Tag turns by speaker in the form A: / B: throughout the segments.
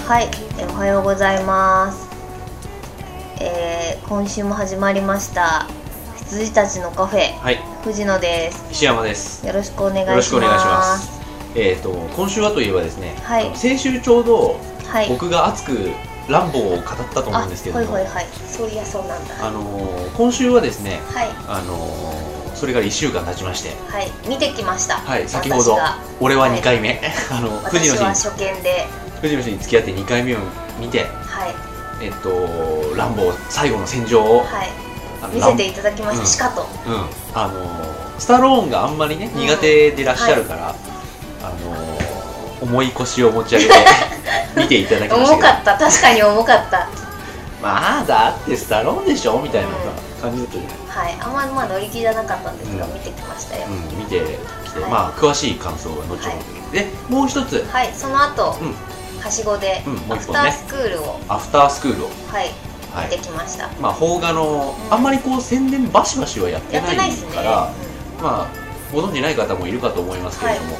A: はい、おはようございます。今週も始まりました羊たちのカフェ、
B: はい、
A: 藤野です。
B: 石山です。
A: よろしくお願いします。
B: 今週はといえばですね、
A: はい、
B: 先週ちょうど
A: はい、
B: 僕が熱くランボーを語ったと思うんですけども、
A: はいはいはい、そういやそうなんだ。
B: 今週はですね、
A: はい、
B: それから1週間経ちまして、
A: はい、見てきました。
B: はい、先ほど俺は2回目、
A: 私は初見で
B: 藤野氏に付き合って2回目を見て、
A: はい、
B: ランボー最後の戦場を、
A: はい、見せていただきました。しかと、
B: スタローンがあんまりね苦手でいらっしゃるから、はい、重い腰を持ち上げて見ていただきましたけど、
A: 重かった、確かに重かった。
B: まあだってスタローンでしょみたいな感じだったじゃない。
A: はい、あんまり乗り気じゃなかったんですが、見てきましたよ。
B: 見てきて、まあ詳しい感想が後ほどで、もう一つ、
A: はい、その後、はしごでアフタースクールをはい、見てきました。
B: まあ邦画のあんまりこう宣伝バシバシはやってないから、まあご存じない方もいるかと思いますけれども、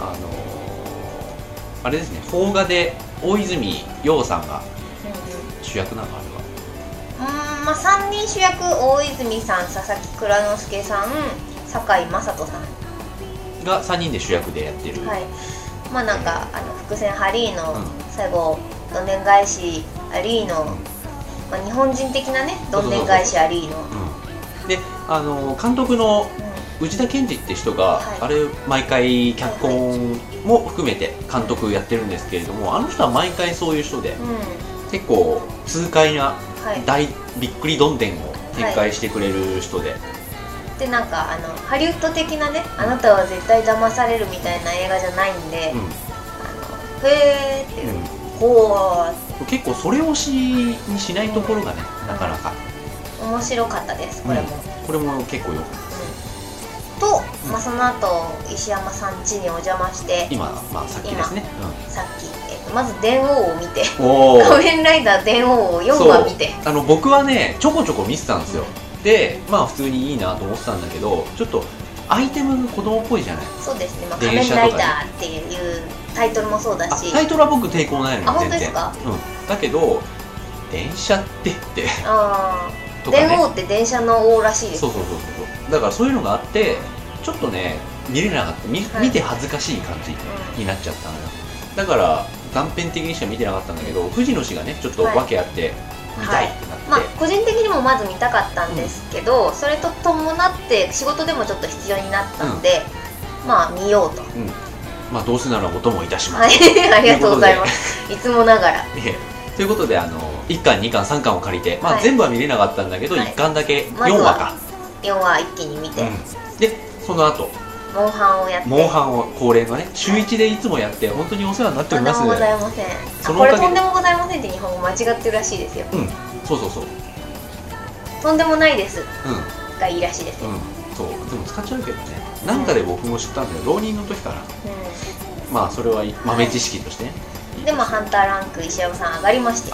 B: あれですね、邦画で大泉洋さんが主役なの、あれは。
A: まあ3人主役、大泉さん、佐々木蔵之介さん、堺雅人さん
B: が3人で主役でやってる。
A: はい、まあなんか伏線ハリーの最後どんでん返しアリーの、まあ日本人的なねどんでん返しアリーの
B: で、監督の内田健二って人が、あれ毎回脚本も含めて監督やってるんですけれども、あの人は毎回そういう人で、結構痛快な大びっくりどんでんを展開してくれる人で、
A: でなんかハリウッド的なね、あなたは絶対騙されるみたいな映画じゃないんで、へーっていう、ほー、
B: 結構それをにしないところがね、なかなか
A: 面白かったです。これも
B: これも結構よかった
A: と、まあその後石山さん家にお邪魔して、
B: 今、まあさっきですね、
A: さっき、まず電王を見て、仮面ライダー電王を4話見て、
B: 僕はねちょこちょこ見てたんですよ。で、まあ普通にいいなと思ってたんだけど、ちょっとアイテムが子供っぽいじゃない。
A: そうですね、まあ、仮面ライダーっていうタイトルもそうだし、
B: タイトルは僕抵抗ないのよ、
A: 本当ですか。
B: だけど電車って
A: 電王って電車の王らしいです。
B: そうだからそういうのがあって、ちょっとね見れなかった、見て恥ずかしい感じになっちゃったのよ。だから断片的にしか見てなかったんだけど、藤野氏がねちょっと訳あって見たいってなって、
A: まあ個人的にもまず見たかったんですけど、それと伴って仕事でもちょっと必要になったんで、まあ見ようと。
B: まあどうせならお供いたします。
A: ありがとうございます。いつもながら。
B: ということで1巻2巻3巻を借りて、まあ全部は見れなかったんだけど、1巻だけ4話か
A: 4話一気に見て、
B: でその後
A: モンハンをやって、
B: モンハンを恒例のね週1でいつもやって本当にお世話になっております。
A: とんでもございません。これとんでもございませんって日本語間違ってるらしいですよ。
B: そう
A: とんでもないですがいいらしいですよ。
B: そうでも使っちゃうけどね、なんかで僕も知ったんだよ、浪人の時から。まあそれは豆知識としてね。
A: でもハンターランク石山さん上がりまして、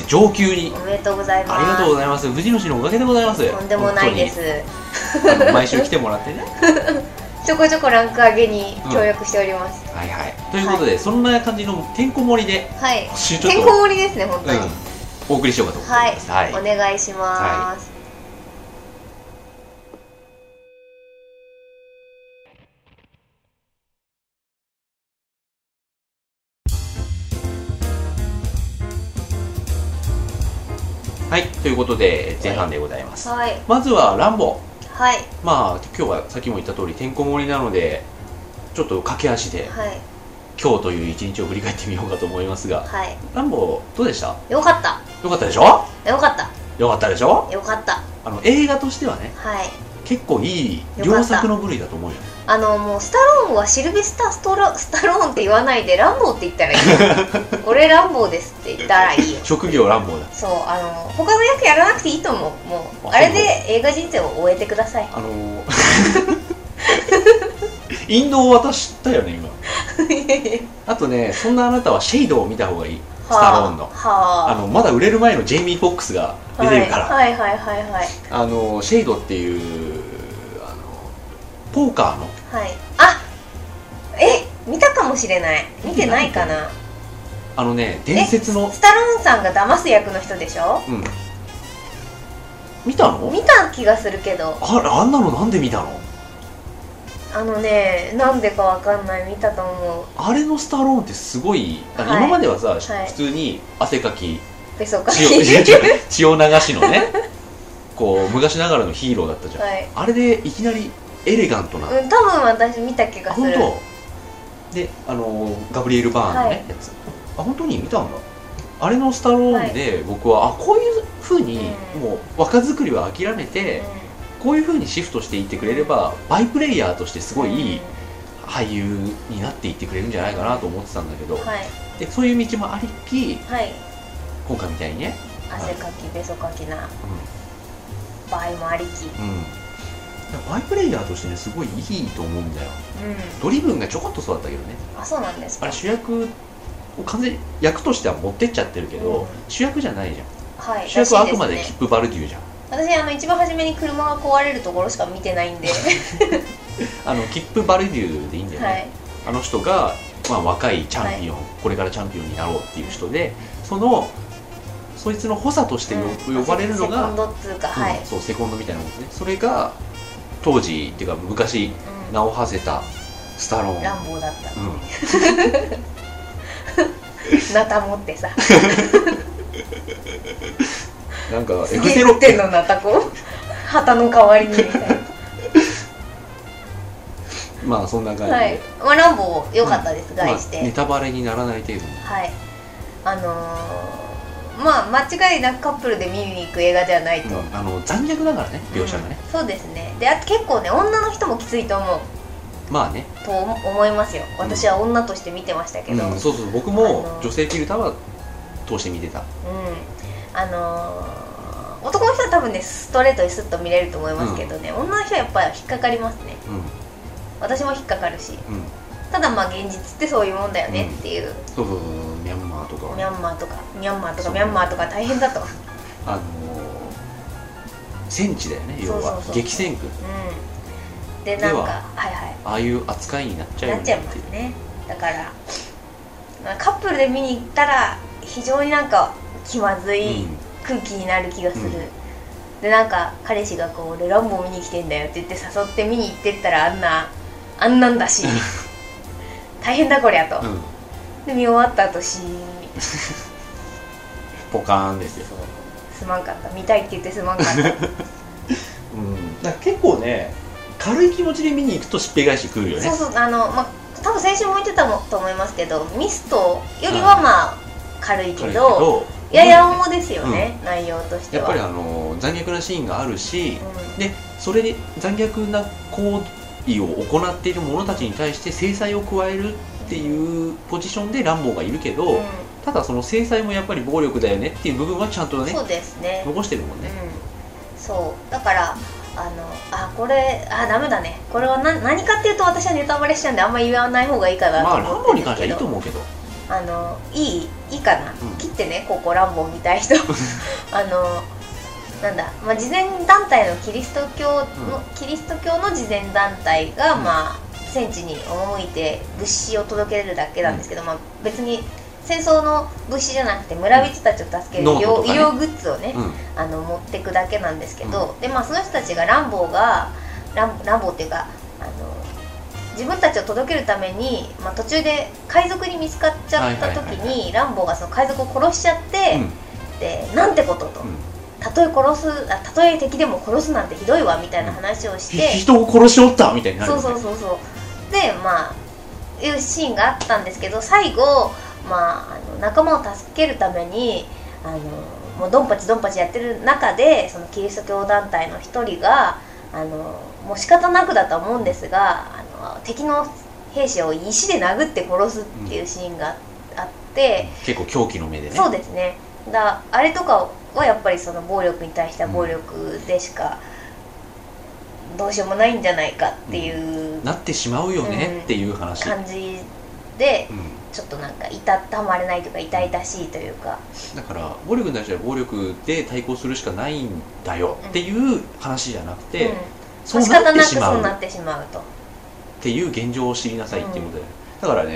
B: 上級に。
A: おめでとうございます。
B: ありがとうございます。藤野氏のおかげでございます。
A: とんでもないです。
B: 毎週来てもらってね
A: ちょこちょこランク上げに協力しております。
B: ということで、そんな感じのてんこ盛りで、
A: てんこ盛りですね、本当に
B: お送りしようかと思います。
A: お願いします。
B: はい、ということで前半でございます。まずはランボー。まあ今日はさっきも言った通りてんこ盛りなので、ちょっと駆け足で今日という一日を振り返ってみようかと思いますが、ランボーどうでした？
A: よかった。
B: よかったでしょ？
A: よかった。
B: よかったでしょ？
A: よかった。
B: 映画としてはね、結構いい良作の部類だと思うよ。
A: もうスタローンはシルベスタースタローンって言わないでランボーって言ったらいいよ。俺ランボーですって言ったらいいよ。
B: 職業ランボーだ。
A: そう、他の役やらなくていいと思う。もうあれで映画人生を終えてください。
B: 引導を渡したよね今。あとね、そんなあなたはシェイドを見た方がいい。スタローンのまだ売れる前のジェイミー・フォックスが出てるから。シェイドっていうポーカーの、
A: 見たかもしれない。見てないかな。
B: 伝説の
A: スタローンさんが騙す役の人でしょ。
B: うん、見たの？
A: 見た気がするけど。
B: あんなのなんで見たの？
A: なんでかわかんない、見たと思う。
B: あれのスタローンってすごい、今まではさ、普通に汗かき
A: ペソかき
B: 血を流しのねこう昔ながらのヒーローだったじゃん、あれでいきなりエレガントな、
A: 多分私見た気がする。
B: 本当で、ガブリエル・バーンのね、やつ、本当に見たんだ。あれのスタローンで僕は、こういう風にもう若作りは諦めて、こういう風にシフトしていってくれればバイプレイヤーとしてすごいいい俳優になっていってくれるんじゃないかなと思ってたんだけど、でそういう道もありき、今回みたいにね
A: 汗かきべそかきな場合もありき、
B: バイプレイヤーとしてねすごいいいと思うんだよ、ドリブンがちょこっとそうだったけどね。
A: そうなんですか。
B: あれ主役を完全に役としては持ってっちゃってるけど、主役じゃないじゃん、主役はあくまでキップ・バルデューじゃん。
A: 私一番初めに車が壊れるところしか見てないんで
B: キップ・バルデューでいいんだよね、あの人が、若いチャンピオン、これからチャンピオンになろうっていう人で、そいつの補佐として呼ばれるのが、
A: セコンドっていうか、
B: そうセコンドみたいなもんですね。それが当時っていうか昔名を馳せたスタローン、
A: ランボーだったナタ持ってさ
B: なんか
A: エクセロッテンのナタコ旗の代わりにみたいな
B: そんな感じで、
A: ランボー良かったです、概して、
B: ネタバレにならない程度に、
A: 間違いなくカップルで見に行く映画ではないと、
B: 残虐だからね、描写がね、
A: そうですね。で、あと結構ね、女の人もきついと思うと思いますよ。私は女として見てましたけど、
B: そうそう、僕も女性フィルターは通して見てた。
A: 男の人は多分ねストレートにスッと見れると思いますけどね、女の人はやっぱり引っかかりますね、私も引っかかるし、ただ現実ってそういうもんだよねっていう、
B: そうミャンマーとか
A: ミャンマーとか大変だと、
B: 戦地だよね、要は激戦区
A: で、なんか
B: ああいう扱いになっちゃうよね
A: なっちゃいますね。だからカップルで見に行ったら非常になんか気まずい空気になる気がする、でなんか彼氏が俺ランボー見に来てんだよって言って誘って見に行ってったらあんなんだし大変だこりゃと、で見終わった後シーンみたいな
B: ポカーンですよ。
A: すまんかった、見たいって言ってすまんかっただか
B: ら結構ね軽い気持ちで見に行くとしっぺ返しくるよね。
A: そう多分先週も言ってたと思いますけど、ミストよりは軽いけどやや重ですよね、内容としては。
B: やっぱり残虐なシーンがあるし、でそれで残虐な行為を行っている者たちに対して制裁を加えるっていうポジションでランボーがいるけど、ただその制裁もやっぱり暴力だよねっていう部分はちゃんとね、
A: そうですね、
B: 残してるもんね、
A: そうだからこれダメだね、これは何かっていうと私はネタバレしちゃうんであんまり言わない方がいいかなと思ってるんですけど、
B: ランボーに関してはいいと思うけど、
A: いいかな、切ってね、ここランボー見たい人なんだ、慈善団体のキリスト教の慈善団体が、戦地に赴いて物資を届けれるだけなんですけど、別に戦争の物資じゃなくて村人たちを助ける医療グッズをね、持っていくだけなんですけど、でその人たちがランボーっていうか自分たちを届けるために、途中で海賊に見つかっちゃった時にランボーがその海賊を殺しちゃって、でなんてことと、たとえ敵でも殺すなんてひどいわみたいな話をして、
B: 人を殺しおったみたいになるよね。
A: そうでいうシーンがあったんですけど、最後仲間を助けるためにもうドンパチやってる中で、そのキリスト教団体の一人がもう仕方なくだと思うんですが敵の兵士を石で殴って殺すっていうシーンがあって、
B: 結構狂気の目でね。
A: そうですね。あれとかはやっぱりその暴力に対しては暴力でしかどうしようもないんじゃないかっていう、
B: なってしまうよねっていう話、
A: 感じで、ちょっとなんかいたたまれないというか痛々しいというか、
B: だから暴力に対しては暴力で対抗するしかないんだよっていう話じゃなくて、
A: 仕方なくそうなってしまうと
B: っていう現状を知りなさいっていうことで、だからね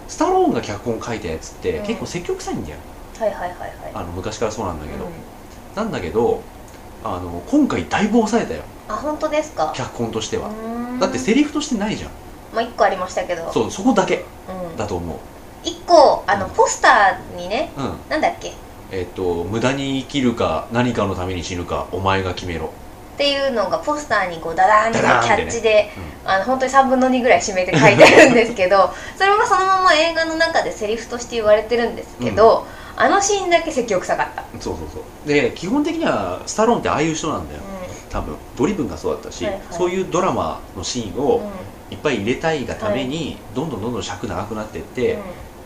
B: スタローンが脚本書いたやつって
A: うん
B: 結構積極臭いんだよ、
A: はいはいはいはい。
B: 昔からそうなんだけど、
A: うん
B: なんだけど今回だいぶ抑えたよ、
A: あ、本当ですか。
B: 脚本としては。
A: うーん
B: だってセリフとしてないじゃん。
A: まあ1個ありましたけど、
B: そう、そこだけ
A: うん、
B: だと思う。
A: 1個
B: うん
A: ポスターにね、
B: うん
A: なんだっけっ
B: 無駄に生きるか何かのために死ぬかお前が決めろ。
A: ていうのがポスターにこうダダーンってキ
B: ダダーンってね
A: ャッチで、本当に3分の2ぐらい締めて書いてあるんですけどそれがそのまま映画の中でセリフとして言われてるんですけど、あのシーンだけ説教臭かった。
B: そうそうそう。で基本的にはスタローンってああいう人なんだよ、多分ドリブンがそうだったし、
A: はいはい
B: そういうドラマのシーンを
A: うんうん
B: いっぱい入れたいがために、どんどん尺長くなっていって、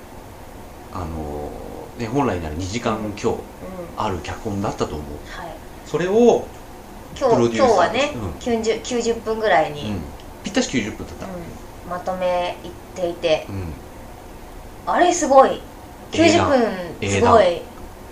B: 本来なら2時間今日
A: うん
B: ある脚本だったと思う。
A: はい、
B: それを
A: 今
B: プロデューサー
A: 日はね、
B: うん
A: 90分ぐらいに、
B: ぴったし90分だった、
A: まとめいっていて、
B: うん
A: あれすごい90分すごい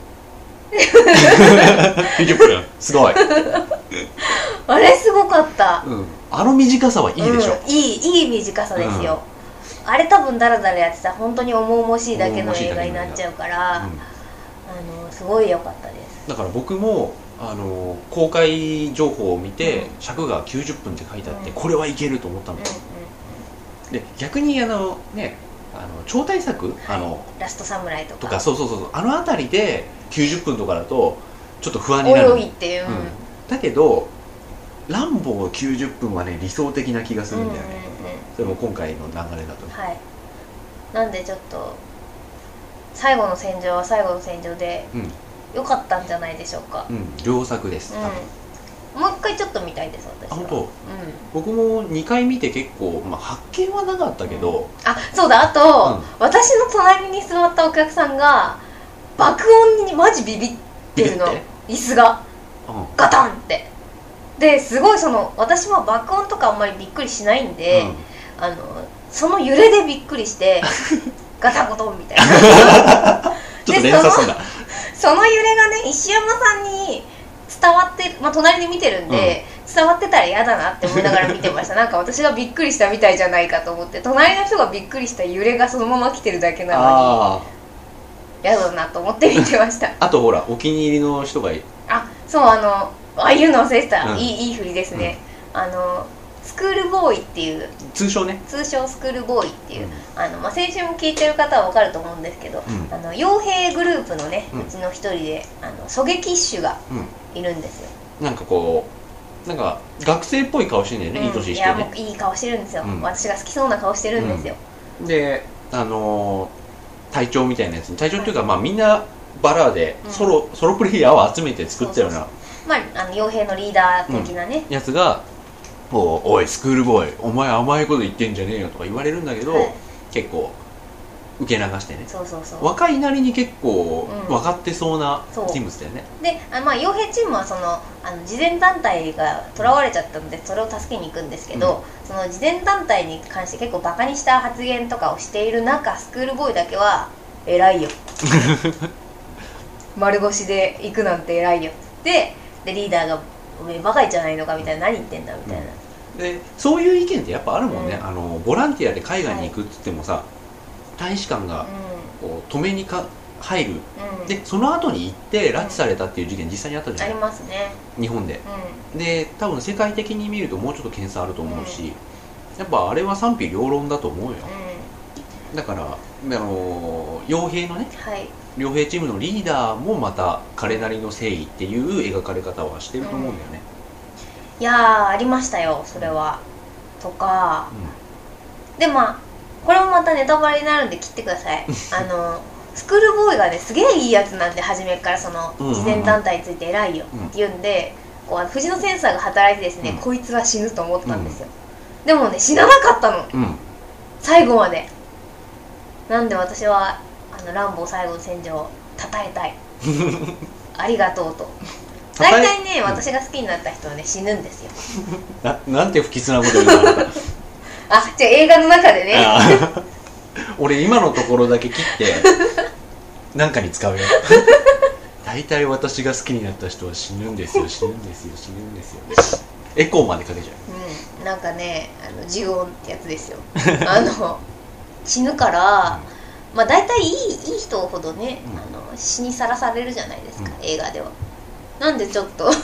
B: 90分すごい、
A: あれすごかった、
B: あの短さはいいでしょ、
A: いい短さですよ、あれ多分ダラダラやってたら本当に重々しいだけの映画になっちゃうから、すごい良かったです。
B: だから僕も公開情報を見て、尺が90分って書いてあって、これはいけると思ったの、で逆に超大作、
A: ラストサムライとか
B: そうあの辺りで90分とかだとちょっと不安になる。
A: おいおいっていう、
B: だけどランボー90分はね理想的な気がするんだよね、それも今回の流れだと、
A: はい、なんでちょっと最後の戦場は最後の戦場で良かったんじゃないでしょうか。
B: 良作です、多分
A: もう一回ちょっと見たいです私は。
B: 本当、僕も2回見て結構、発見はなかったけど、
A: そうだ、あと、私の隣に座ったお客さんが爆音にマジビビってるの、椅子が、ガタンってですごい私は爆音とかあんまりびっくりしないんで、その揺れでびっくりしてガタンゴトンみたいな
B: ちょっと連鎖するんだ。
A: その揺れがね石山さんに伝わって、隣で見てるんで、伝わってたら嫌だなって思いながら見てましたなんか私がびっくりしたみたいじゃないかと思って、隣の人がびっくりした揺れがそのまま来てるだけなのに嫌だなと思って見てました
B: あとほらお気に入りの人が
A: そうああいうの忘れてた、いい振りですね、スクールボーイっていう通称スクールボーイっていう先週も聞いてる方は分かると思うんですけど、傭兵グループのね、うちの一人で狙撃手がいるんですよ、なん
B: か学生っぽい顔してんだよね、いい年してね。
A: もういい顔してるんですよ、私が好きそうな顔してるんですよ、
B: で隊長みたいなやつ隊長っていうか、みんなバラーでソロプレイヤーを集めて作ったような
A: 傭兵のリーダー的なね、
B: やつがおいスクールボーイお前甘いこと言ってんじゃねえよとか言われるんだけど、結構受け流してね、若いなりに結構分かってそうな人物だよね。
A: で傭兵チームは慈善団体が囚われちゃったのでそれを助けに行くんですけど、その慈善団体に関して結構バカにした発言とかをしている中、スクールボーイだけは偉いよ丸腰で行くなんて偉いよでリーダーがおめえバカじゃないのかみたいな、何言ってんだみたいな、
B: でそういう意見ってやっぱあるもんね、ボランティアで海外に行くっつってもさ、大使館がこう止めに入る、でその後に行って拉致されたっていう事件実際にあったじゃない、
A: ありますね
B: 日本で、で多分世界的に見るともうちょっと検査あると思うし、やっぱあれは賛否両論だと思うよ、だから傭兵のね、傭兵チームのリーダーもまた彼なりの誠意っていう描かれ方はしてると思うんだよね、
A: いやーありましたよそれは、とか、でこれもまたネタバレになるんで切ってくださいスクールボーイがねすげえいいやつなんで、初めからその慈善団体について偉いよって言うんで、藤野センサーが働いてですね、こいつは死ぬと思ったんですよ、でもね死ななかったの、最後まで。なんで私はランボー最後の戦場を称えたいありがとうと。大体ね、私が好きになった人はね死ぬんですよ
B: なんて不吉なこと言うのじゃ
A: あ映画の中でね
B: 俺今のところだけ切ってなんかに使うよ大体私が好きになった人は死ぬんですよ死ぬんですよ死ぬんですよエコーまでかけちゃう、
A: なんかね呪音ってやつですよ死ぬからまあ大体いい人ほどね、死にさらされるじゃないですか、映画では。なんでちょっと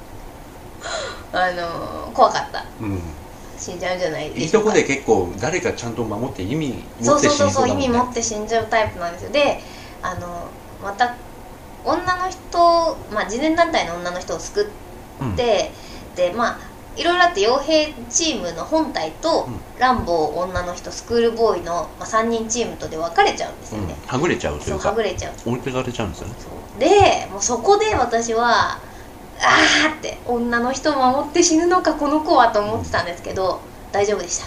A: 怖かった、死んじゃうんじゃないですか。
B: いいとこで結構誰かちゃんと守って意味持って死にそうだもんね。
A: 意味持って死んじゃうタイプなんですよ。でまた女の人、慈善団体の女の人を救って、でいろいろあって傭兵チームの本体と、ランボー女の人スクールボーイの、3人チームとで分かれちゃうんですよね。
B: はぐれちゃうというか、
A: はぐれちゃう、
B: 置いてかれちゃうんですよね。
A: でもうそこで私はって女の人を守って死ぬのかこの子はと思ってたんですけど、大丈夫でした。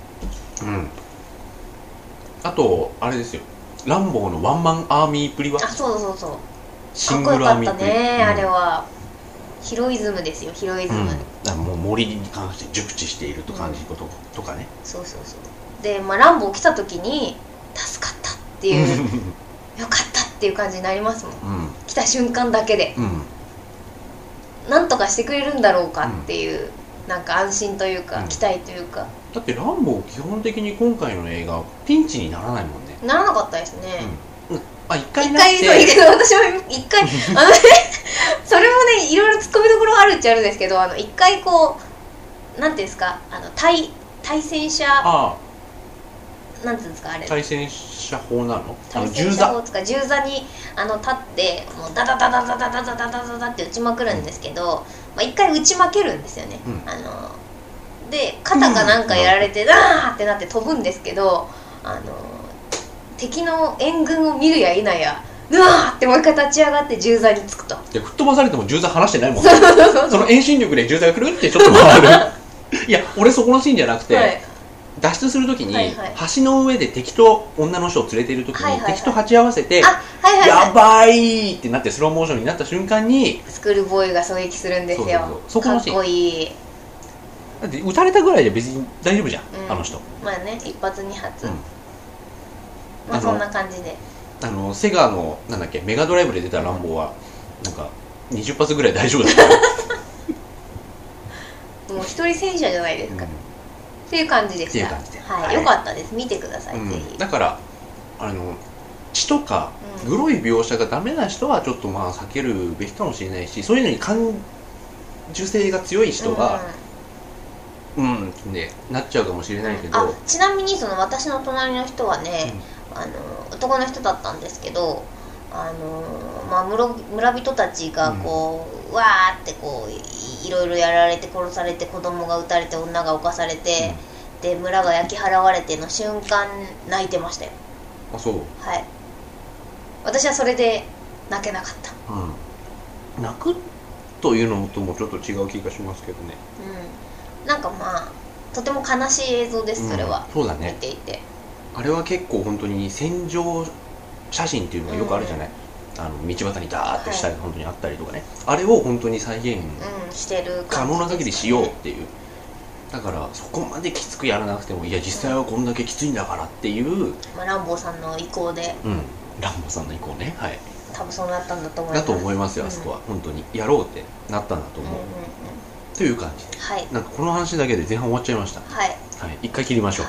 B: あとあれですよ、ランボーのワンマンアーミープリは、
A: そう
B: シングルアーミープリ、
A: かっこよかったね、あれはヒロイズムですよ、ヒロイズム、
B: もう森に関して熟知していると感じることとかね。
A: そうで、ランボー来た時に助かったっていうよかったっていう感じになりますもん、来た瞬間だけで、なんとかしてくれるんだろうかっていう、なんか安心というか、期待というか。
B: だってランボー基本的に今回の映画ピンチにならないもんね。
A: ならなかったですね、
B: 一回なって、
A: 私も一回それもね、いろいろ突っ込みどころあるっちゃあるんですけど、一回こうなんていうんですか、対戦車、なんていうんですか、あれ
B: 対戦車砲なの？
A: 銃座銃座に立ってもうダダダダダダダダダダダって撃ちまくるんですけど、一回撃ち負けるんですよね、で肩かなんかやられてダーってなって飛ぶんですけど、敵の援軍を見るや否やうわーってもう一回立ち上がって銃座につくと。
B: で吹っ飛ばされても銃座離してないもんね。その遠心力で銃座がくるってちょっと回るいや俺そこのシーンじゃなくて、脱出するときに、橋の上で敵と女の人を連れているときに、敵と鉢合わせて、やばいってなってスローモーションになった瞬間に
A: スクールボーイが狙撃するんですよ。
B: そこのシーン
A: かっこいい。
B: だって撃たれたぐらいで別に大丈夫じゃん、あの人。
A: 一発二発、そんな感じで、
B: セガのなんだっけ、メガドライブで出たランボーはなんか20発ぐらい大丈夫だった
A: もう一人戦車じゃないですか、っていう感じでした。よかったです、見てください、ぜひ。
B: だから血とかグロい描写がダメな人はちょっと避けるべきかもしれないし、そういうのに感受性が強い人がなっちゃうかもしれないけど、
A: ちなみにその私の隣の人はね、男の人だったんですけど、村人たちがこう、わーってこういろいろやられて殺されて、子供が撃たれて女が犯されて、で村が焼き払われての瞬間泣いてましたよ。
B: あ、そう。
A: はい。私はそれで泣けなかった。
B: 泣くというのともちょっと違う気がしますけどね。
A: なんかとても悲しい映像です、それは。
B: そうだね。
A: 見ていて。
B: あれは結構本当に戦場写真っていうのがよくあるじゃない。道端にダーッと下が本当にあったりとかね、あれを本当に再現
A: してる
B: 可能な限りしようっていう。だからそこまできつくやらなくても、いや実際はこんだけきついんだからっていう、
A: ランボーさんの意向で、
B: ランボーさんの意向ね、はい、
A: 多分そうなったんだと思います。
B: だと思いますよ、あそこは本当にやろうってなったんだと思う、という感じで、なんかこの話だけで前半終わっちゃいました。はい、一回切りましょう。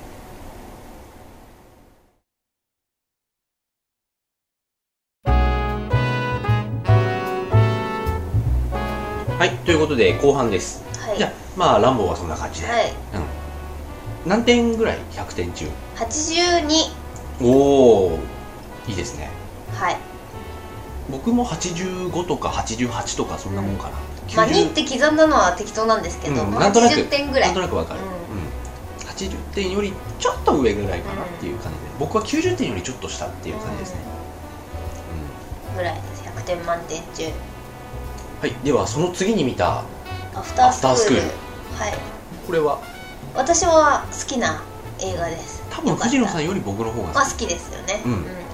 B: はい、ということで後半です。じゃあランボーはそんな感じで、何点ぐらい？100点中
A: 82。
B: おお、いいですね。
A: はい、
B: 僕も85とか88とかそんなもんかな。
A: 2って刻んだのは適当なんですけど、80点ぐらい。
B: なんとなくわかる。80点よりちょっと上ぐらいかなっていう感じで、僕は90点よりちょっと下っていう感じですね。
A: ぐらいです。100点満点中。
B: はい、ではその次に見た
A: アフタースクール。はい。
B: これは
A: 私は好きな映画です。
B: 多分藤野さんより僕の方が
A: 好きですよね。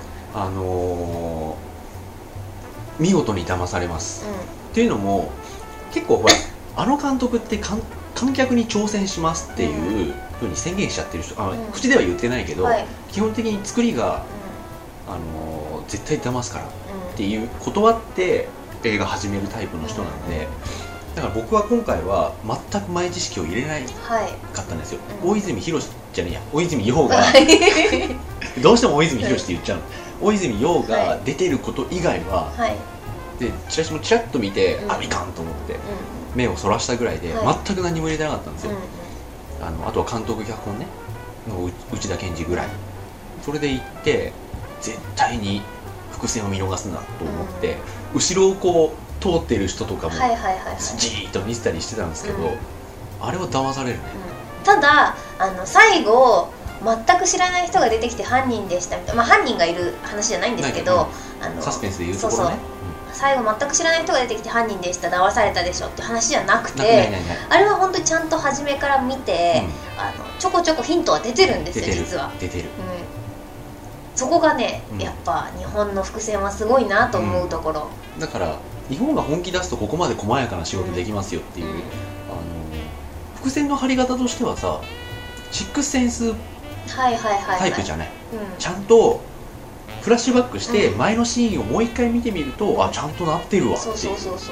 B: 見事に騙されます。っていうのも結構ほら監督って観客に挑戦しますっていうふうに宣言しちゃってる人、口では言ってないけど、基本的に作りが絶対騙すからっていう断って映画始めるタイプの人なんで、だから僕は今回は全く前知識を入れないかったんですよ。大泉洋じゃねえや、大泉洋がどうしても大泉洋って言っちゃうの。大泉洋が出てること以外は、
A: はい、
B: でチラシもチラッと見て、
A: うん、
B: あ、いかんと思って、
A: うん、
B: 目をそらしたぐらいで、
A: はい、
B: 全く何も入れてなかったんですよ、
A: うん、
B: あとは監督脚本ねの内田賢治ぐらい、それで行って絶対に伏線を見逃すなと思って、後ろをこう通ってる人とかもじーっと見てたりしてたんですけど、あれは騙されるね、
A: ただ最後全く知らない人が出てきて犯人でしたみたいな、犯人がいる話じゃないんですけど、
B: サスペンスでいうところね、
A: 最後全く知らない人が出てきて犯人でした騙されたでしょって話じゃなくて、あれは本当にちゃんと初めから見て、ちょこちょこヒントは出てるんですよ、実は
B: 出てる、
A: そこがね、やっぱ日本の伏線はすごいなと思うところ、
B: だから日本が本気出すとここまで細やかな仕事できますよっていう、伏線の張り方としてはさ、シックスセンスタイプじゃない、ちゃんとフラッシュバックして前のシーンをもう一回見てみると、あ、ちゃんとなってるわっていう、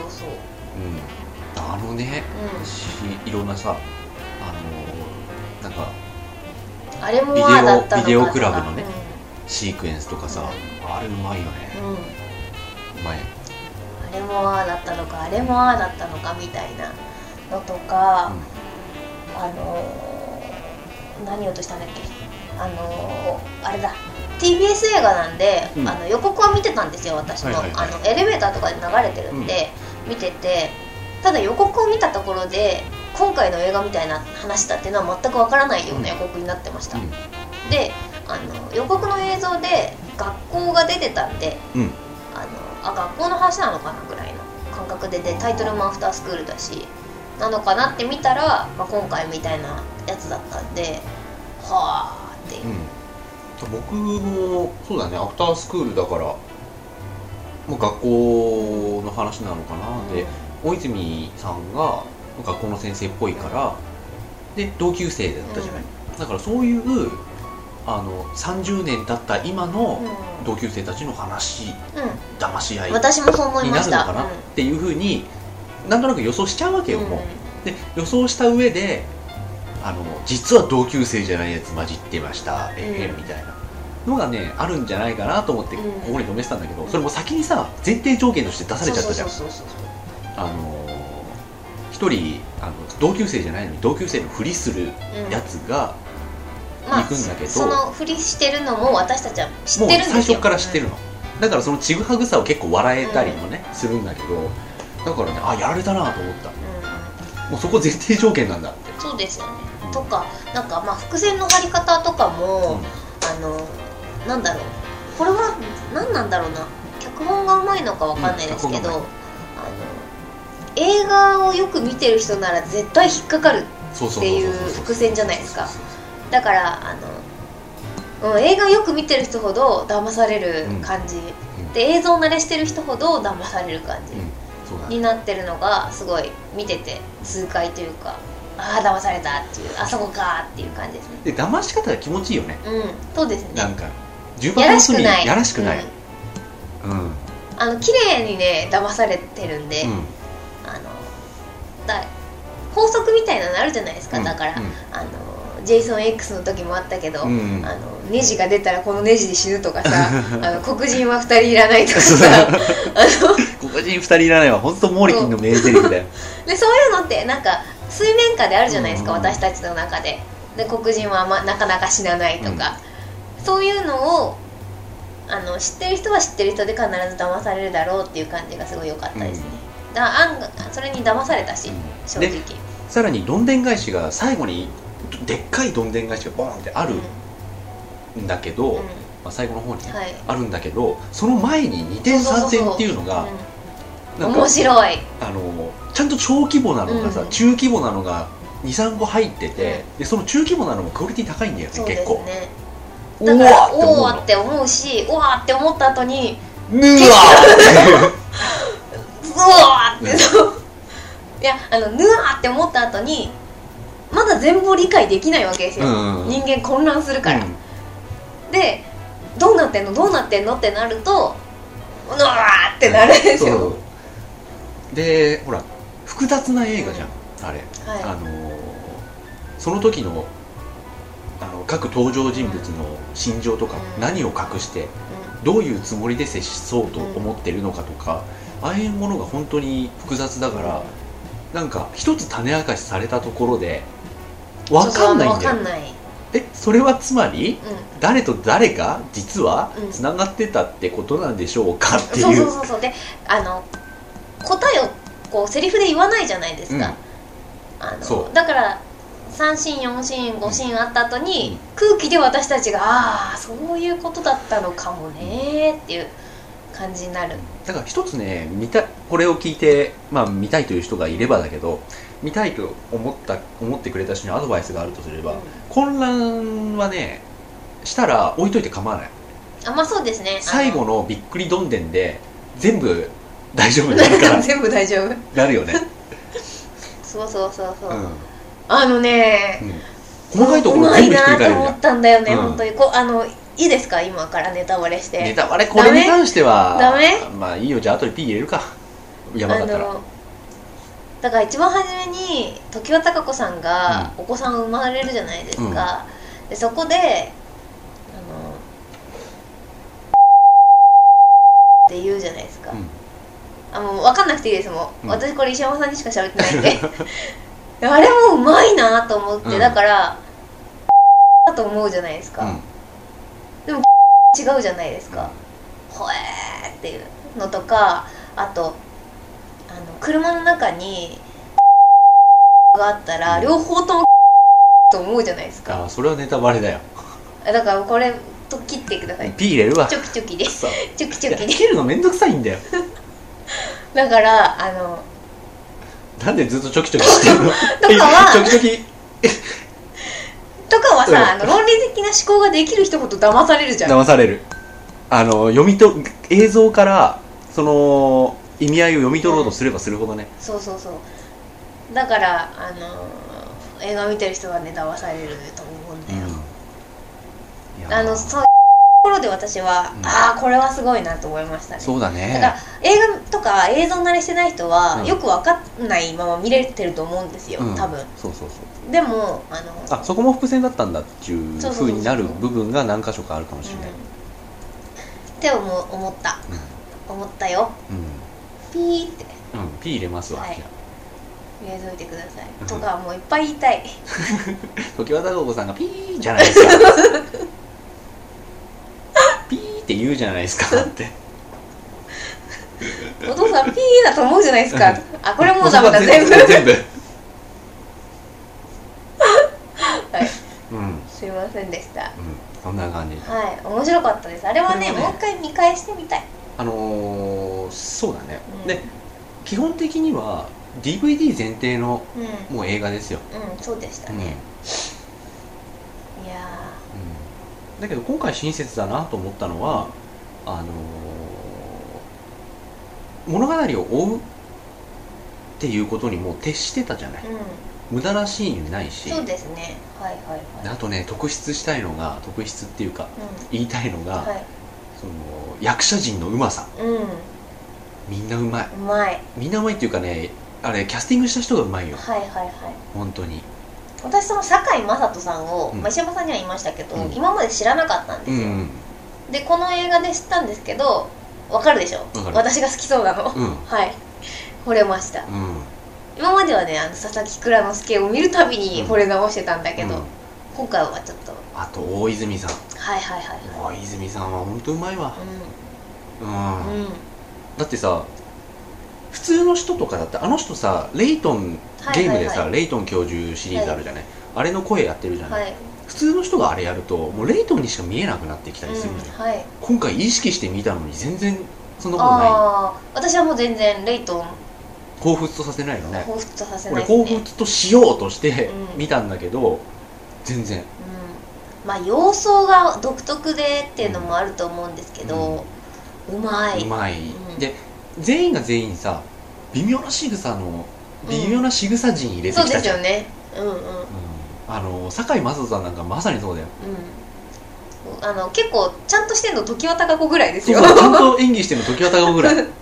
B: ね、いろんなさ、なんか
A: あれもああだったのかとか、
B: ビデオクラブのね、シークエンスとかさ、あれうまいよね、うまい、
A: あれもああだったのか、あれもああだったのかみたいなのとか、何言おうとしたんだっけ、あれだ、 TBS 映画なんで、予告は見てたんですよ、私も、エレベーターとかで流れてるんで、見てて、ただ予告を見たところで今回の映画みたいな話だっていうのは全くわからないような予告になってました、で予告の映像で学校が出てたんで、学校の話なのかなぐらいの感覚で、タイトルもアフタースクールだしなのかなって見たら、今回みたいなやつだったんで、はあっていう、
B: 僕もそうだね、アフタースクールだからもう学校の話なのかな、で大泉さんが学校の先生っぽいから、で同級生だったじゃない、だからそういう30年経った今の同級生たちの話、騙し合いになるのかなっていうふうになんとなく予想しちゃうわけよ、もう。で予想した上で実は同級生じゃないやつ混じってました、みたいなのがねあるんじゃないかなと思ってここに止めてたんだけど、それも先にさ前提条件として出されちゃったじゃん。一人同級生じゃないのに同級生のふりするやつが行くんだけど、
A: そのふりしてるのも私たちは知ってるんですよ、
B: もう最初から知ってるの、だからそのちぐはぐさを結構笑えたりもね、するんだけど、だからね、あ、やられたなと思った、もうそこ前提条件なんだって。
A: そうですよね、とかなんか伏線の張り方とかも、なんだろう、これは何なんだろうな、脚本がうまいのかわかんないですけど、映画をよく見てる人なら絶対引っかかるっていう伏線じゃないですか。だから映画をよく見てる人ほど騙される感じ、で映像慣れしてる人ほど騙される感じになってるのがすごい見てて痛快というか、ああ騙されたっていう、あそこかっていう感じですね。
B: で騙し方が気持ちいいよね。
A: そうですね。
B: なんか
A: やらしくない、
B: やらしくない。
A: 綺麗にね騙されてるんで、法則みたいなのあるじゃないですか。だからジェイソン X の時もあったけど、ネジが出たらこのネジで死ぬとかさ黒人は2人いらないとかさ
B: 黒人2人いらないは本当モーリキンの名台詞だよ。
A: でそういうのってなんか水面下であるじゃないですか、私たちの中で。で黒人はなかなか死なないとか、そういうのを知ってる人は知ってる人で必ず騙されるだろうっていう感じがすごい良かったですね。それに騙されたし、正直。
B: さらにどんでん返しが最後にでっかいどんでん返しがボーンってあるんだけど、最後の方にあるんだけど、その前に2点3点っていうのが
A: 面白い。
B: ちゃんと小規模なのがさ、中規模なのが 2,3 個入ってて、でその中規模なのもクオリティ高いんだよね、結構。
A: だからおーって思うし、おわーって思った後に
B: ぬわー
A: うわーってそういやぬわーって思った後にまだ全部を理解できないわけですよ、人間混乱するから、でどうなってんのどうなってんのってなるとうわーってなるんですよ。
B: でほら複雑な映画じゃん、あれ、その時の各登場人物の心情とか、何を隠してどういうつもりで接しそうと思ってるのかとか、ああいうものが本当に複雑だから、なんか一つ種明かしされたところで分かんないんだよ。それはつまり、誰と誰が実はつながってたってことなんでしょうかっていう。
A: そうで、答えをこうセリフで言わないじゃないですか。だから3シーン4シーン5シーンあった後に、空気で私たちがああそういうことだったのかもねっていう感じになる。
B: だから一つね、これを聞いて、見たいという人がいればだけど、見たいと思ってくれた人にアドバイスがあるとすれば、混乱はねしたら置いといて構わない。
A: そうですね。
B: 最後のびっくりどんでんで全部大丈夫になるから
A: 全部大丈夫
B: なるよね。
A: そう、細
B: かいところ全部ひっくり返るじゃん。うまいなと
A: 思ったんだよね、本当に。いいですか、今からネタバレして。
B: ネタバレこれに関しては
A: ダメ？
B: いいよ、じゃあ後で P 入れるか、山だったら。
A: だから一番初めに常盤貴子さんがお子さん生まれるじゃないですか。でそこでって言うじゃないですか。もう分かんなくていいですもん。私これ石山さんにしか喋ってないんであれもうまいなと思って、だからだと思うじゃないですか。でも違うじゃないですか。ほえーっていうのとか、あと車の中にがあったら両方ともと思うじゃないですか。
B: それはネタバレだよ。
A: だからこれと切ってください。
B: ピー入れるわ。
A: チョキチョキでチョキチョキで
B: 切るのめんどくさいんだよ
A: だから
B: なんでずっとチョキチョキしてるの
A: とかは
B: チョキチョキ
A: とかはさ、論理的な思考ができる人ほど騙されるじゃん。
B: 騙される。映像からその意味合いを読み取ろうとすればするほどね。
A: そうだから映画見てる人はね騙されると思うんだよ。そういうところで私は、これはすごいなと思いましたね。
B: そうだね。
A: だから映画とか映像慣れしてない人は、よく分かんないまま見れてると思うんですよ、多分。でも
B: そこも伏線だったんだっていう風になる部分が何箇所かあるかもしれない。
A: って思ったよ。ピーって。
B: ピー入れますわ。
A: 入れといてください。とかもういっぱい言いたい。
B: 常盤貴子さんがピーじゃないですか。ピーって言うじゃないですかって
A: お父さんピーだと思うじゃないですか。これもうダメだ、全部はい、すいませんでした。
B: そんな感じ。
A: 面白かったです。あれはね、もう一回見返してみたい。
B: そうだね。で基本的には DVD 前提のもう映画ですよ。
A: そうでしたね。いや
B: だけど今回親切だなと思ったのは、物語を追うっていうことにもう徹してたじゃない。無駄なシーンないし。
A: そうですね。
B: あとね、特筆っていうか、言いたいのが、その役者陣のうまさ。みんなうまい。みんなうまいっていうかね、あれキャスティングした人がうまいよ。本当に。
A: 私その堺雅人さんを、石山さんには言いましたけど、今まで知らなかったんですよ。でこの映画で知ったんですけど、わかるでしょ、私が好きそうなの。惚れました。今まではね、佐々木蔵之介を見るたびに惚れ直してたんだけど、今回はちょっと。
B: あと大泉さん。大泉さんは本当うまいわ。だってさ、普通の人とかだって人さ、レイトンゲームでさ、レイトン教授シリーズあるじゃない、あれの声やってるじゃない、普通の人があれやるともうレイトンにしか見えなくなってきたりするのよ。今回意識して見たのに全然そんなことない。
A: 私はもう全然レイトン
B: 彷彿とさせないよね。
A: 彷彿とさせないですね。
B: 俺彷彿としようとして見たんだけど、全然。
A: 様相が独特でっていうのもあると思うんですけど、うまい。で全員が全員さ、微妙な仕草陣入れてきたじゃん。そうですよね。堺雅人さんなんかまさにそうだよ。 結構ちゃんとしてんの常盤貴子ぐらいですよ。
B: ちゃんと演技してんの常盤貴子ぐらい。面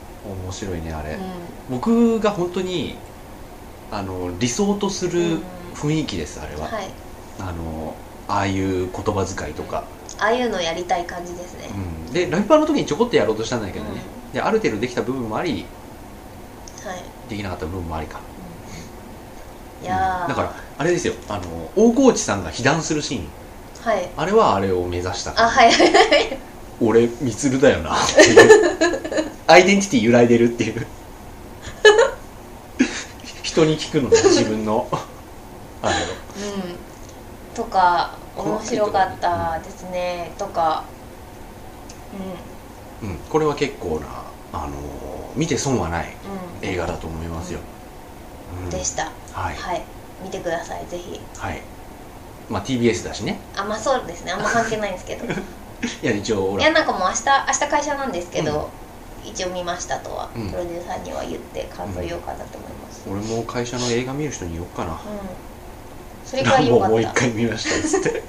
B: 白いねあれ。僕が本当に理想とする雰囲気ですあれは、
A: はい、
B: ああいう言葉遣いとか、
A: ああいうのやりたい感じですね、
B: でライブパーの時にちょこっとやろうとしたんだけどね、である程度できた部分もあり、
A: はい、
B: できなかった部分もありか、
A: いや
B: だからあれですよ、大河内さんが被弾するシーン、
A: はい、
B: あれはあれを目指した
A: あ、はいはいはい、
B: 俺みつるだよなっていうアイデンティティ揺らいでるっていう人に聞くのね自分のあれを
A: とか面白かったですね、とか
B: これは結構な見て損はない映画だと思いますよ、
A: でした、
B: はい、
A: はい、見てくださいぜひ。
B: はい、まあ TBS だしね。
A: あ、まあそうですね、あんま関係ないんですけどい
B: いや一応
A: やなんかもう明日会社なんですけど、一応見ましたとは、プロデューサーには言って感想言おうかなと思います、
B: 俺も会社の映画見る人に言おうかな、
A: それが良かった。
B: ランボーもう一回見ましたっつって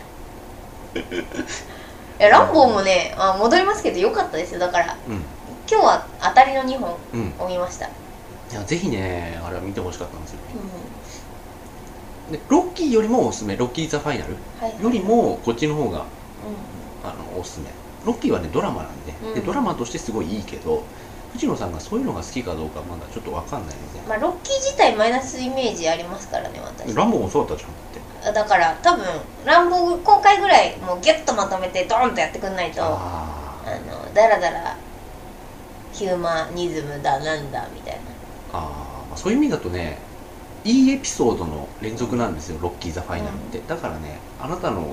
A: ランボーもね、戻りますけど良かったですよ。だから、今日は当たりの2本を見ました、
B: いやぜひねあれは見てほしかったんですよね、でロッキーよりもおすすめ、ロッキー・ザ・ファイナルよりもこっちの方が、おすすめ。ロッキーはねドラマなんで、でドラマとしてすごいいいけど、藤野さんがそういうのが好きかどうかまだちょっと分かんないので、
A: まあロッキー自体マイナスイメージありますからね私。
B: ランボーもそうだったじゃんって。
A: だから多分ランボー今回ぐらいもうギュッとまとめてドーンとやってくんないと、だらだらヒューマニズムだなんだみたいな、
B: そういう意味だとねいいエピソードの連続なんですよロッキー・ザ・ファイナルって、だからねあなたの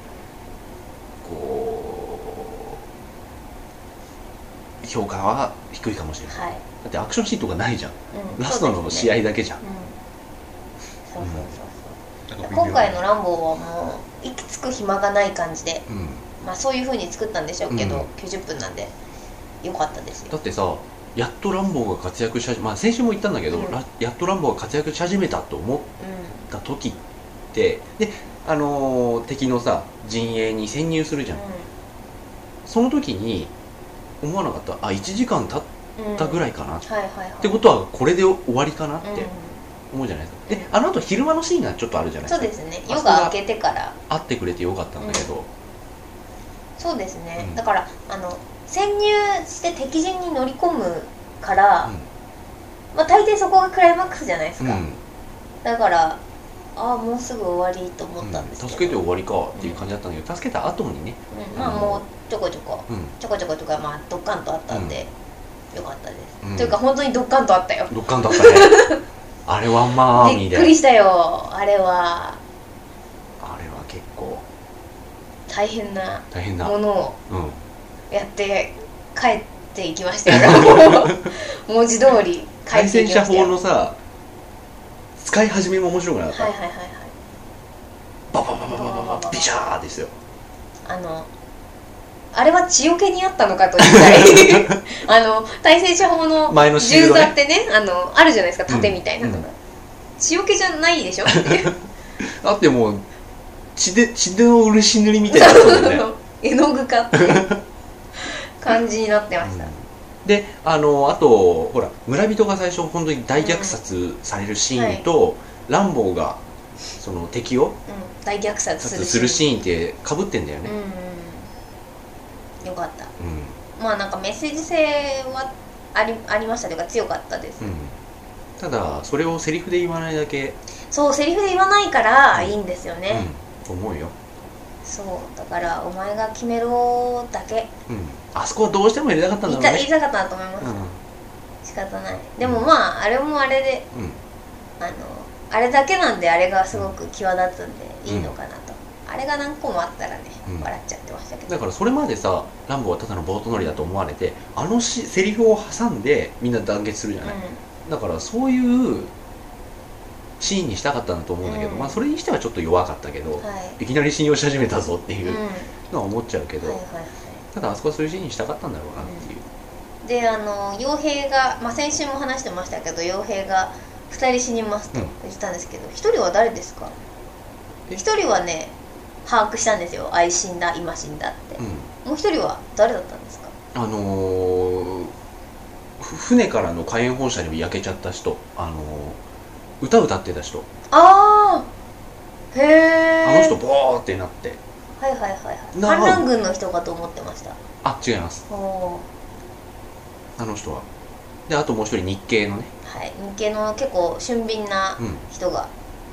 B: こう評価は低いかもしれない、だってアクションシーンとかないじゃん、ラストの試合だけじゃん、
A: そう今回のランボーはもう息つく暇がない感じで、まあそういう風に作ったんでしょうけど、90分なんで良かったですよ。だ
B: ってさやっとランボーが活躍し始め、先週も言ったんだけど、やっとランボーが活躍し始めたと思った時って、で敵のさ陣営に潜入するじゃん、その時に思わなかった、1時間経ったぐらいかな、ってことはこれで終わりかなって思うじゃないですか。であの後昼間のシーンがちょっとあるじゃないですか。
A: そうですね、夜が明けてから
B: 会ってくれてよかったんだけど、
A: そうですね、だから潜入して敵陣に乗り込むから、まあ大抵そこがクライマックスじゃないですか、だからもうすぐ終わりと思ったんですけど、
B: 助けて終わりかっていう感じだったんだけど、助けた後にね、
A: まあもうちょこちょこ、とかまあドッカンとあったんで、よかったです、というか本当にドッカンとあったよ。
B: ドッカンとあったねあれはまあ
A: びっくりしたよ。あれは
B: 結構
A: 大変なものをやって帰っていきましたよ文字通り帰っていきましたよ。対戦車
B: 砲のさ使い始めも面白くなかった。バババババババビシャーですよ。
A: あれは血よけにあったのかというぐらい対戦車砲の銃座ってね、あるじゃないですか、盾みたいなのが、血よけじゃないでしょっていう
B: だってもう血の漆塗りみたいなことだよね
A: 絵の具かっていう感じになってました、
B: であとほら村人が最初本当に大虐殺されるシーンと、ランボーがその敵を
A: 大虐殺
B: するシーンってかぶってんだよね、
A: よかった、まあなんかメッセージ性はありましたというか強かったです、
B: ただそれをセリフで言わないだけ、
A: そうセリフで言わないからいいんですよね、
B: 思うよ。
A: そうだからお前が決めろだけ、
B: あそこはどうしても入れたかったんだろうね。
A: 言いたかったなと思います、仕方ない。でもまああれもあれで、あれだけなんであれがすごく際立つんでいいのかなと、あれが何個もあったらね、笑っちゃってましたけど。
B: だからそれまでさランボーはただのボート乗りだと思われて、セリフを挟んでみんな団結するじゃない、だからそういうシーンにしたかったんだと思うんだけど、まあそれにしてはちょっと弱かったけど、いきなり信用し始めたぞっていうのは思っちゃうけど、ただあそこはそういうシーンにしたかったんだろうなっていう、
A: で傭兵が、まあ、先週も話してましたけど傭兵が2人死にますと言ったんですけど、1人は誰ですか？1人はね把握したんですよ、死んだ今死んだって、もう1人は誰だったんですか？
B: 船からの火炎放射に焼けちゃった人、歌ってた人。
A: へえ。
B: あの人ボーってなって。
A: はいはいはいはい。反乱軍の人かと思ってました。
B: あ、違います。あの人は。で、あともう一人日系のね。
A: はい、日系の結構俊敏な人が、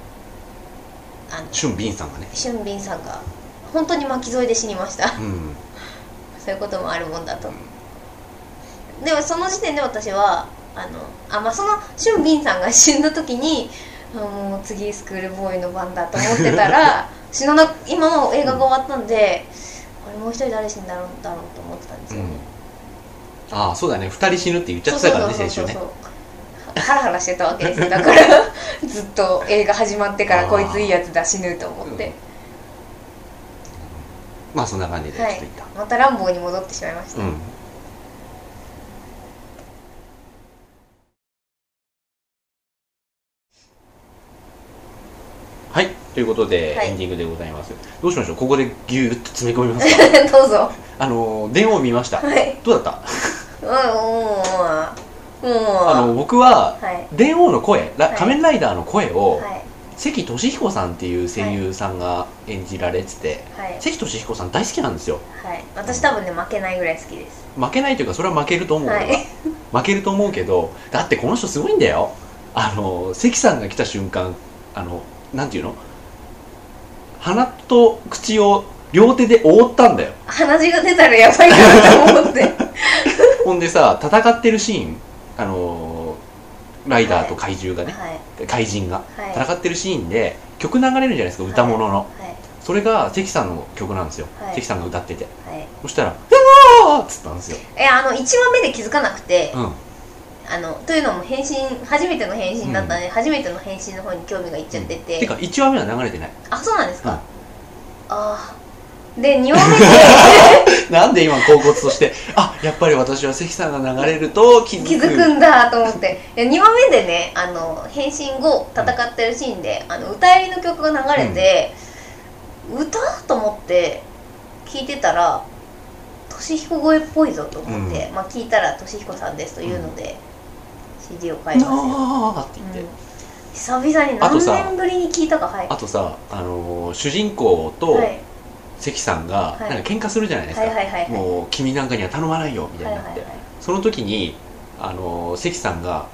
B: 俊敏さんがね。
A: 俊敏さんが本当に巻き添えで死にました。そういうこともあるもんだと。でもその時点で私はまあその俊敏さんが死んだ時に、もう次スクールボーイの番だと思ってたら今も映画が終わったんで、あれもう一人誰死んだろうと思ってたんですよね。
B: ああ、そうだね、2人死ぬって言っちゃってたからね、先週ね。
A: ハラハラしてたわけですよ。だからずっと映画始まってからこいついいやつだ、死ぬと思って、
B: まあそんな感じでちょっといった、
A: またランボーに戻ってしまいました。
B: はい、ということで、エンディングでございます。どうしましょう、ここでギューッと詰め込みますか。
A: どうぞ。
B: 電話を見ました、どうだった？僕は電王の声、仮面ライダーの声を関俊彦さんっていう声優さんが演じられてて、関俊彦さん大好きなんですよ。
A: 私多分ね、負けないぐらい好きです。
B: 負けないというか、それは負けると思う。負けると思うけど、だってこの人すごいんだよ。関さんが来た瞬間、なんていうの、鼻と口を両手で覆ったんだよ。
A: 鼻血が出たらやばいなと思って
B: ほんでさ、戦ってるシーン、ライダーと怪獣がね、怪人が戦ってるシーンで曲流れるじゃないですか、歌物の。それが関さんの曲なんですよ。関さんが歌ってて、そしたら「うわー!」っつったんですよ。
A: 1話目で気づかなくて、というのも初めての変身だったので、初めての変身の方に興味がいっちゃってて、
B: てか1話目は流れてない。
A: あ、そうなんですか。で2話目で
B: なんで今恍惚としてやっぱり私は関さんが流れると気づ
A: くんだと思って、2話目でね、変身後戦ってるシーンで歌入りの曲が流れて、歌と思って聞いてたら俊彦声っぽいぞと思って、聞いたら俊彦さんですというので、CD を買いますよ。
B: って言って、
A: 久々に何年ぶりに聞いたか。
B: あとさ、主人公と関さんがなんか喧嘩するじゃないですか。もう君なんかには頼まないよみたいになって、その時に関さんが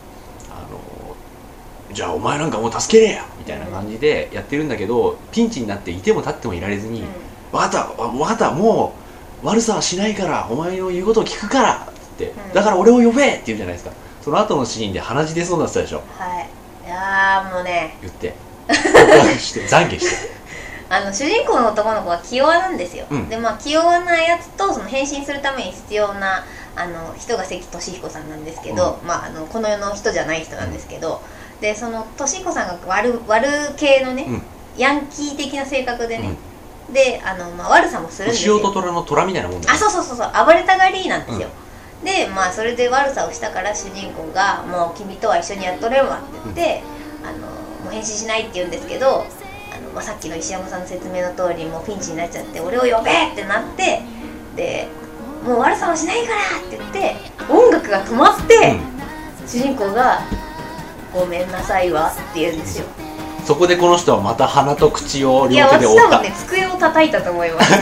B: じゃあお前なんかもう助けねえよみたいな感じでやってるんだけど、ピンチになっていても立ってもいられずに、わかったもう悪さはしないからお前の言うことを聞くからってだから俺を呼べって言うじゃないですか。その後のシーンで鼻血出そうになってたでしょ。
A: いやもうね、
B: 言って告白して懺悔して
A: 主人公の男の子は気弱なんですよ。で気弱なやつとその変身するために必要な人が関俊彦さんなんですけど、この世の人じゃない人なんですけど、でその俊彦さんが悪系のね、ヤンキー的な性格でね、で悪さもするんですよ。
B: 牛と虎の虎みたいなもんだよ。
A: そう暴れたがりなんですよ。でそれで悪さをしたから主人公が「もう君とは一緒にやっとれんわ」って言ってもう変身しないって言うんですけど、さっきの石山さんの説明の通りもうピンチになっちゃって「俺を呼べ!」ってなって、でもう悪さはしないからって言って音楽が止まって、主人公が「ごめんなさいわ」って言うんですよ。
B: そこでこの人はまた鼻と口を両手で覆った。
A: いや、私多分ね、机を叩いたと思います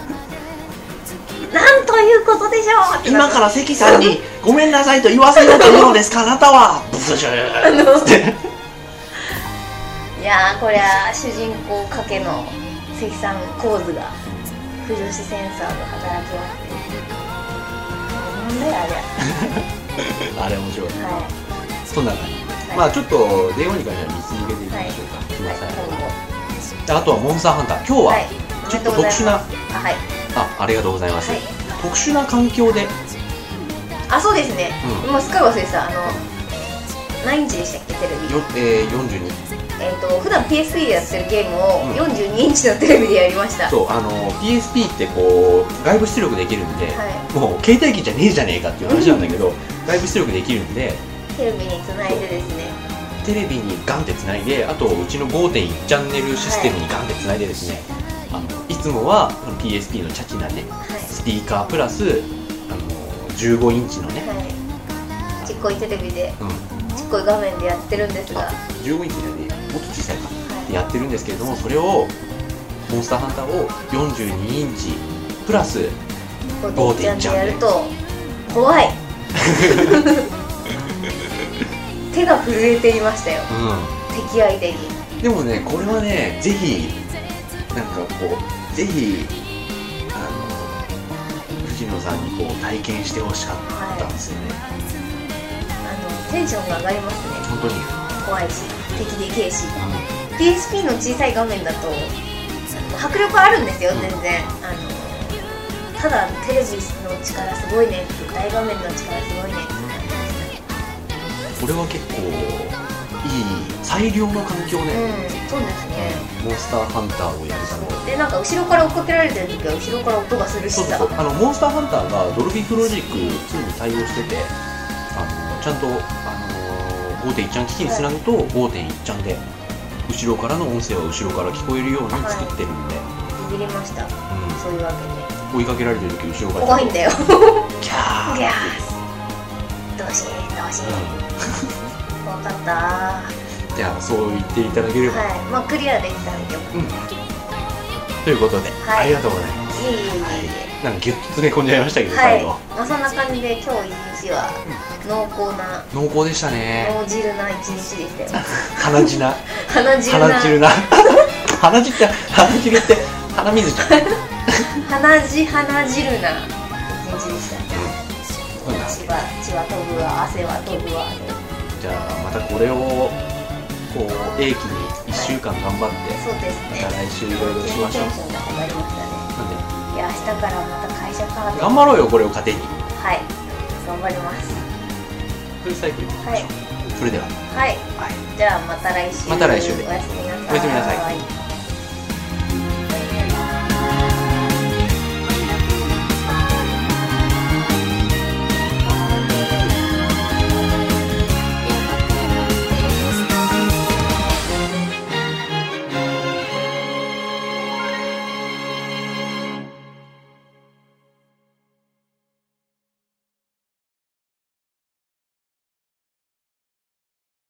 A: なんということでしょう。
B: 今から関さんにごめんなさいと言わせようというのですかあなたはブスシューって
A: いやこれは主人公かけの関さん構図が不女子センサーが働きますね。なんだよ
B: あれ面白い。そんな感じ。ちょっと電話に関しては見続けていきましょうか。あとはモンスターハンター、今日はちょっと特殊な、ありがとうございます。特殊な環境で、
A: そうですね、もうすっかり忘れてた。何インチでしたっけ、テレビ。
B: 42。
A: 普段 PSP でやってるゲームを42インチのテレビでやりました。
B: そう、PSP ってこう外部出力できるんで、もう携帯機じゃねえじゃねえかっていう話なんだけど外部出力できるんで
A: テレビにつないでですね、
B: テレビにガンってつないで、あとうちの 5.1 チャンネルシステムにガンってつないでですね、いつもは PSP のチャチなね、スピーカープラス15インチのね、
A: ちっこいテレビで、ちっこい画面でやってるんですが、
B: 15インチでね、もっと小さいか、 ってやってるんですけれども、それをモンスターハンターを42インチプラス 5.1
A: でやると怖い手が震えていましたよ、敵相手に。
B: でもね、これはね、ぜひなんかこう、ぜひ藤野さんにこう体験してほしかったんですよね。
A: テンションが上がりますね。
B: 本当に
A: 怖いし、敵でけえし、PSP の小さい画面だと迫力あるんですよ、全然。ただテレビの力すごいね、大画面の力すごいね。
B: これは結構いい最良の環境ね。
A: そうですね。
B: モンスターハンターをやるために。
A: で、なんか後ろから追っかけられてる時は後ろから音がするしさ。
B: そうそう、モンスターハンターがドルビープロジェクト2に対応してて、ちゃんと、5.1 ちゃん機器につなぐと 5.1 ちゃんで後ろからの音声は後ろから聞こえるように作ってるんで、
A: ビビりました、そういうわけで。
B: 追いかけられてる時後ろから
A: 怖いんだよ
B: キャー
A: ギャーどうしどうし怖かったー。
B: じゃあそう言っていただければ、
A: まあクリアできたんでよかっ
B: ということで、ありがとうございます。
A: た。いえいえいえ。
B: なんかギュッと詰め込んじゃいましたけど、最後
A: そんな感じで今日一日は濃厚な
B: 濃厚でしたね。
A: 脳汁な一日でしたよ
B: 鼻血な
A: 鼻汁な
B: 鼻汁な鼻汁って鼻水じゃん
A: 鼻汁な一日でした。血は飛ぶわ、汗は飛ぶわ。
B: じゃあまたこれをこう英気に1週間頑張って、
A: そうですね、
B: また来週いろいろしましょう。
A: テンションが上がりましたね。
B: なんで
A: いや、明日からまた会社か
B: 頑張ろうよ、これを糧に。
A: はい、頑張ります。
B: フルサイクルいきましょう。それでは、
A: じゃあまた来週。
B: また来週で
A: おやすみなさい。
B: おやすみなさい。